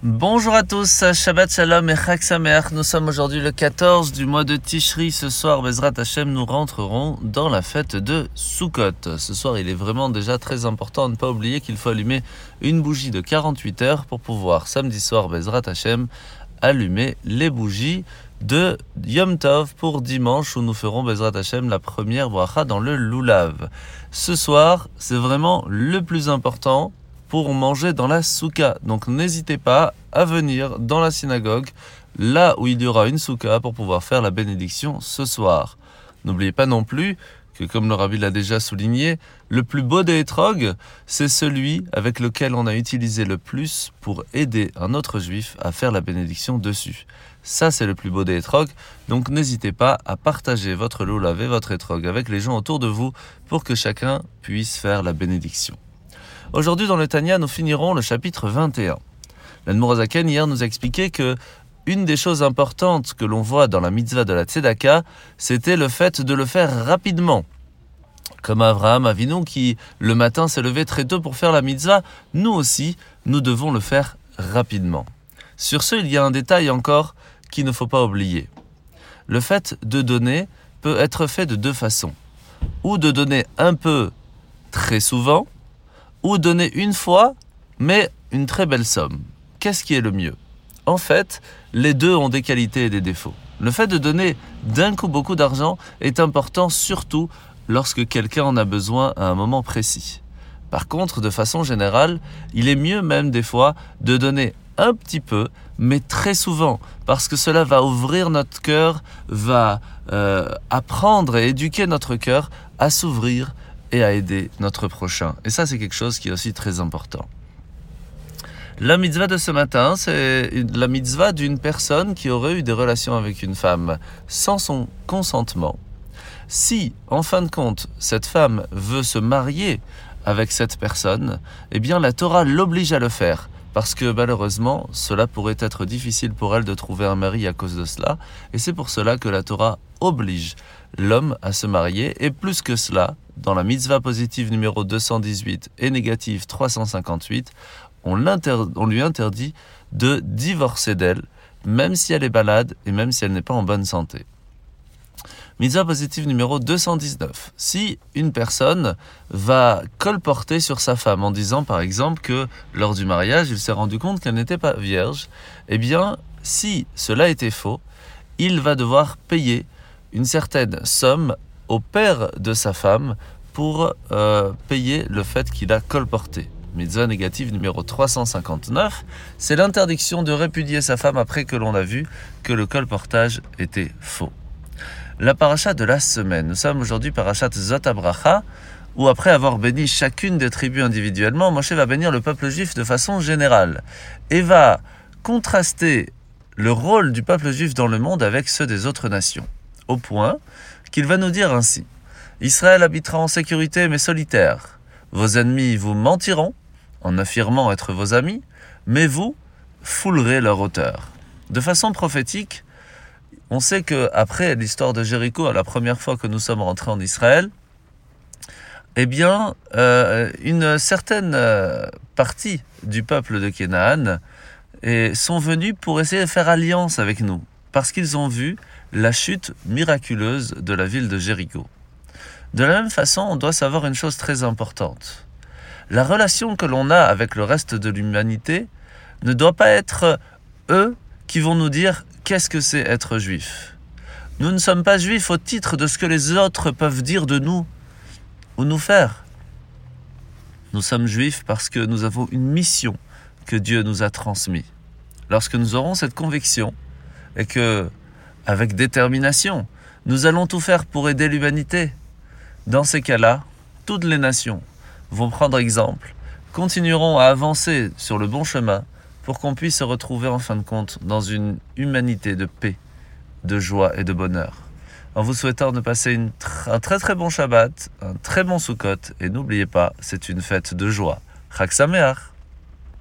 Bonjour à tous, Shabbat Shalom et Chag Sameach. Nous sommes aujourd'hui le 14 du mois de Tishri. Ce soir, Bezrat Hashem, nous rentrerons dans la fête de Sukkot. Ce soir, il est vraiment déjà très important de ne pas oublier qu'il faut allumer une bougie de 48 heures pour pouvoir, samedi soir, Bezrat Hashem, allumer les bougies de Yom Tov pour dimanche où nous ferons Bezrat Hashem la première bracha dans le Lulav. Ce soir, c'est vraiment le plus important pour manger dans la souka. Donc n'hésitez pas à venir dans la synagogue, là où il y aura une souka pour pouvoir faire la bénédiction ce soir. N'oubliez pas non plus que, comme le Rabbi l'a déjà souligné, le plus beau des étrogues, c'est celui avec lequel on a utilisé le plus pour aider un autre juif à faire la bénédiction dessus. Ça, c'est le plus beau des étrogues, donc n'hésitez pas à partager votre lulav et votre étrogue avec les gens autour de vous pour que chacun puisse faire la bénédiction. Aujourd'hui, dans le Tanya, nous finirons le chapitre 21. L'Admour HaZaken, hier, nous a expliqué que une des choses importantes que l'on voit dans la mitzvah de la tzedaka, c'était le fait de le faire rapidement. Comme Avraham Avinu qui, le matin, s'est levé très tôt pour faire la mitzvah, nous aussi, nous devons le faire rapidement. Sur ce, il y a un détail encore qu'il ne faut pas oublier. Le fait de donner peut être fait de deux façons. Ou de donner un peu très souvent, ou donner une fois, mais une très belle somme. Qu'est-ce qui est le mieux ? En fait, les deux ont des qualités et des défauts. Le fait de donner d'un coup beaucoup d'argent est important, surtout lorsque quelqu'un en a besoin à un moment précis. Par contre, de façon générale, il est mieux même des fois de donner un petit peu, mais très souvent, parce que cela va ouvrir notre cœur, va apprendre et éduquer notre cœur à s'ouvrir et à aider notre prochain. Et ça, c'est quelque chose qui est aussi très important. La mitzvah de ce matin, c'est la mitzvah d'une personne qui aurait eu des relations avec une femme sans son consentement. Si, en fin de compte, cette femme veut se marier avec cette personne, eh bien la Torah l'oblige à le faire. Parce que malheureusement, cela pourrait être difficile pour elle de trouver un mari à cause de cela. Et c'est pour cela que la Torah oblige l'homme à se marier. Et plus que cela, dans la mitzvah positive numéro 218 et négative 358, on lui interdit de divorcer d'elle, même si elle est malade et même si elle n'est pas en bonne santé. Mitzvah positive numéro 219. Si une personne va colporter sur sa femme en disant par exemple que lors du mariage, il s'est rendu compte qu'elle n'était pas vierge, eh bien, si cela était faux, il va devoir payer une certaine somme au père de sa femme pour payer le fait qu'il a colporté. Mitzvah négative numéro 359, c'est l'interdiction de répudier sa femme après que l'on a vu que le colportage était faux. La paracha de la semaine. Nous sommes aujourd'hui parachat Zot HaBracha, où après avoir béni chacune des tribus individuellement, Moshe va bénir le peuple juif de façon générale et va contraster le rôle du peuple juif dans le monde avec ceux des autres nations, au point qu'il va nous dire ainsi: Israël habitera en sécurité mais solitaire. Vos ennemis vous mentiront en affirmant être vos amis, mais vous foulerez leur hauteur. De façon prophétique, on sait qu'après l'histoire de Jéricho, à la première fois que nous sommes rentrés en Israël, eh bien, une certaine partie du peuple de Canaan sont venus pour essayer de faire alliance avec nous, parce qu'ils ont vu la chute miraculeuse de la ville de Jéricho. De la même façon, on doit savoir une chose très importante. La relation que l'on a avec le reste de l'humanité ne doit pas être eux qui vont nous dire qu'est-ce que c'est être juif. Nous ne sommes pas juifs au titre de ce que les autres peuvent dire de nous ou nous faire. Nous sommes juifs parce que nous avons une mission que Dieu nous a transmise. Lorsque nous aurons cette conviction et que, avec détermination, nous allons tout faire pour aider l'humanité, dans ces cas-là, toutes les nations vont prendre exemple, continueront à avancer sur le bon chemin pour qu'on puisse se retrouver en fin de compte dans une humanité de paix, de joie et de bonheur. En vous souhaitant de passer un très très bon Shabbat, un très bon Sukkot, et n'oubliez pas, c'est une fête de joie. Chag Sameach.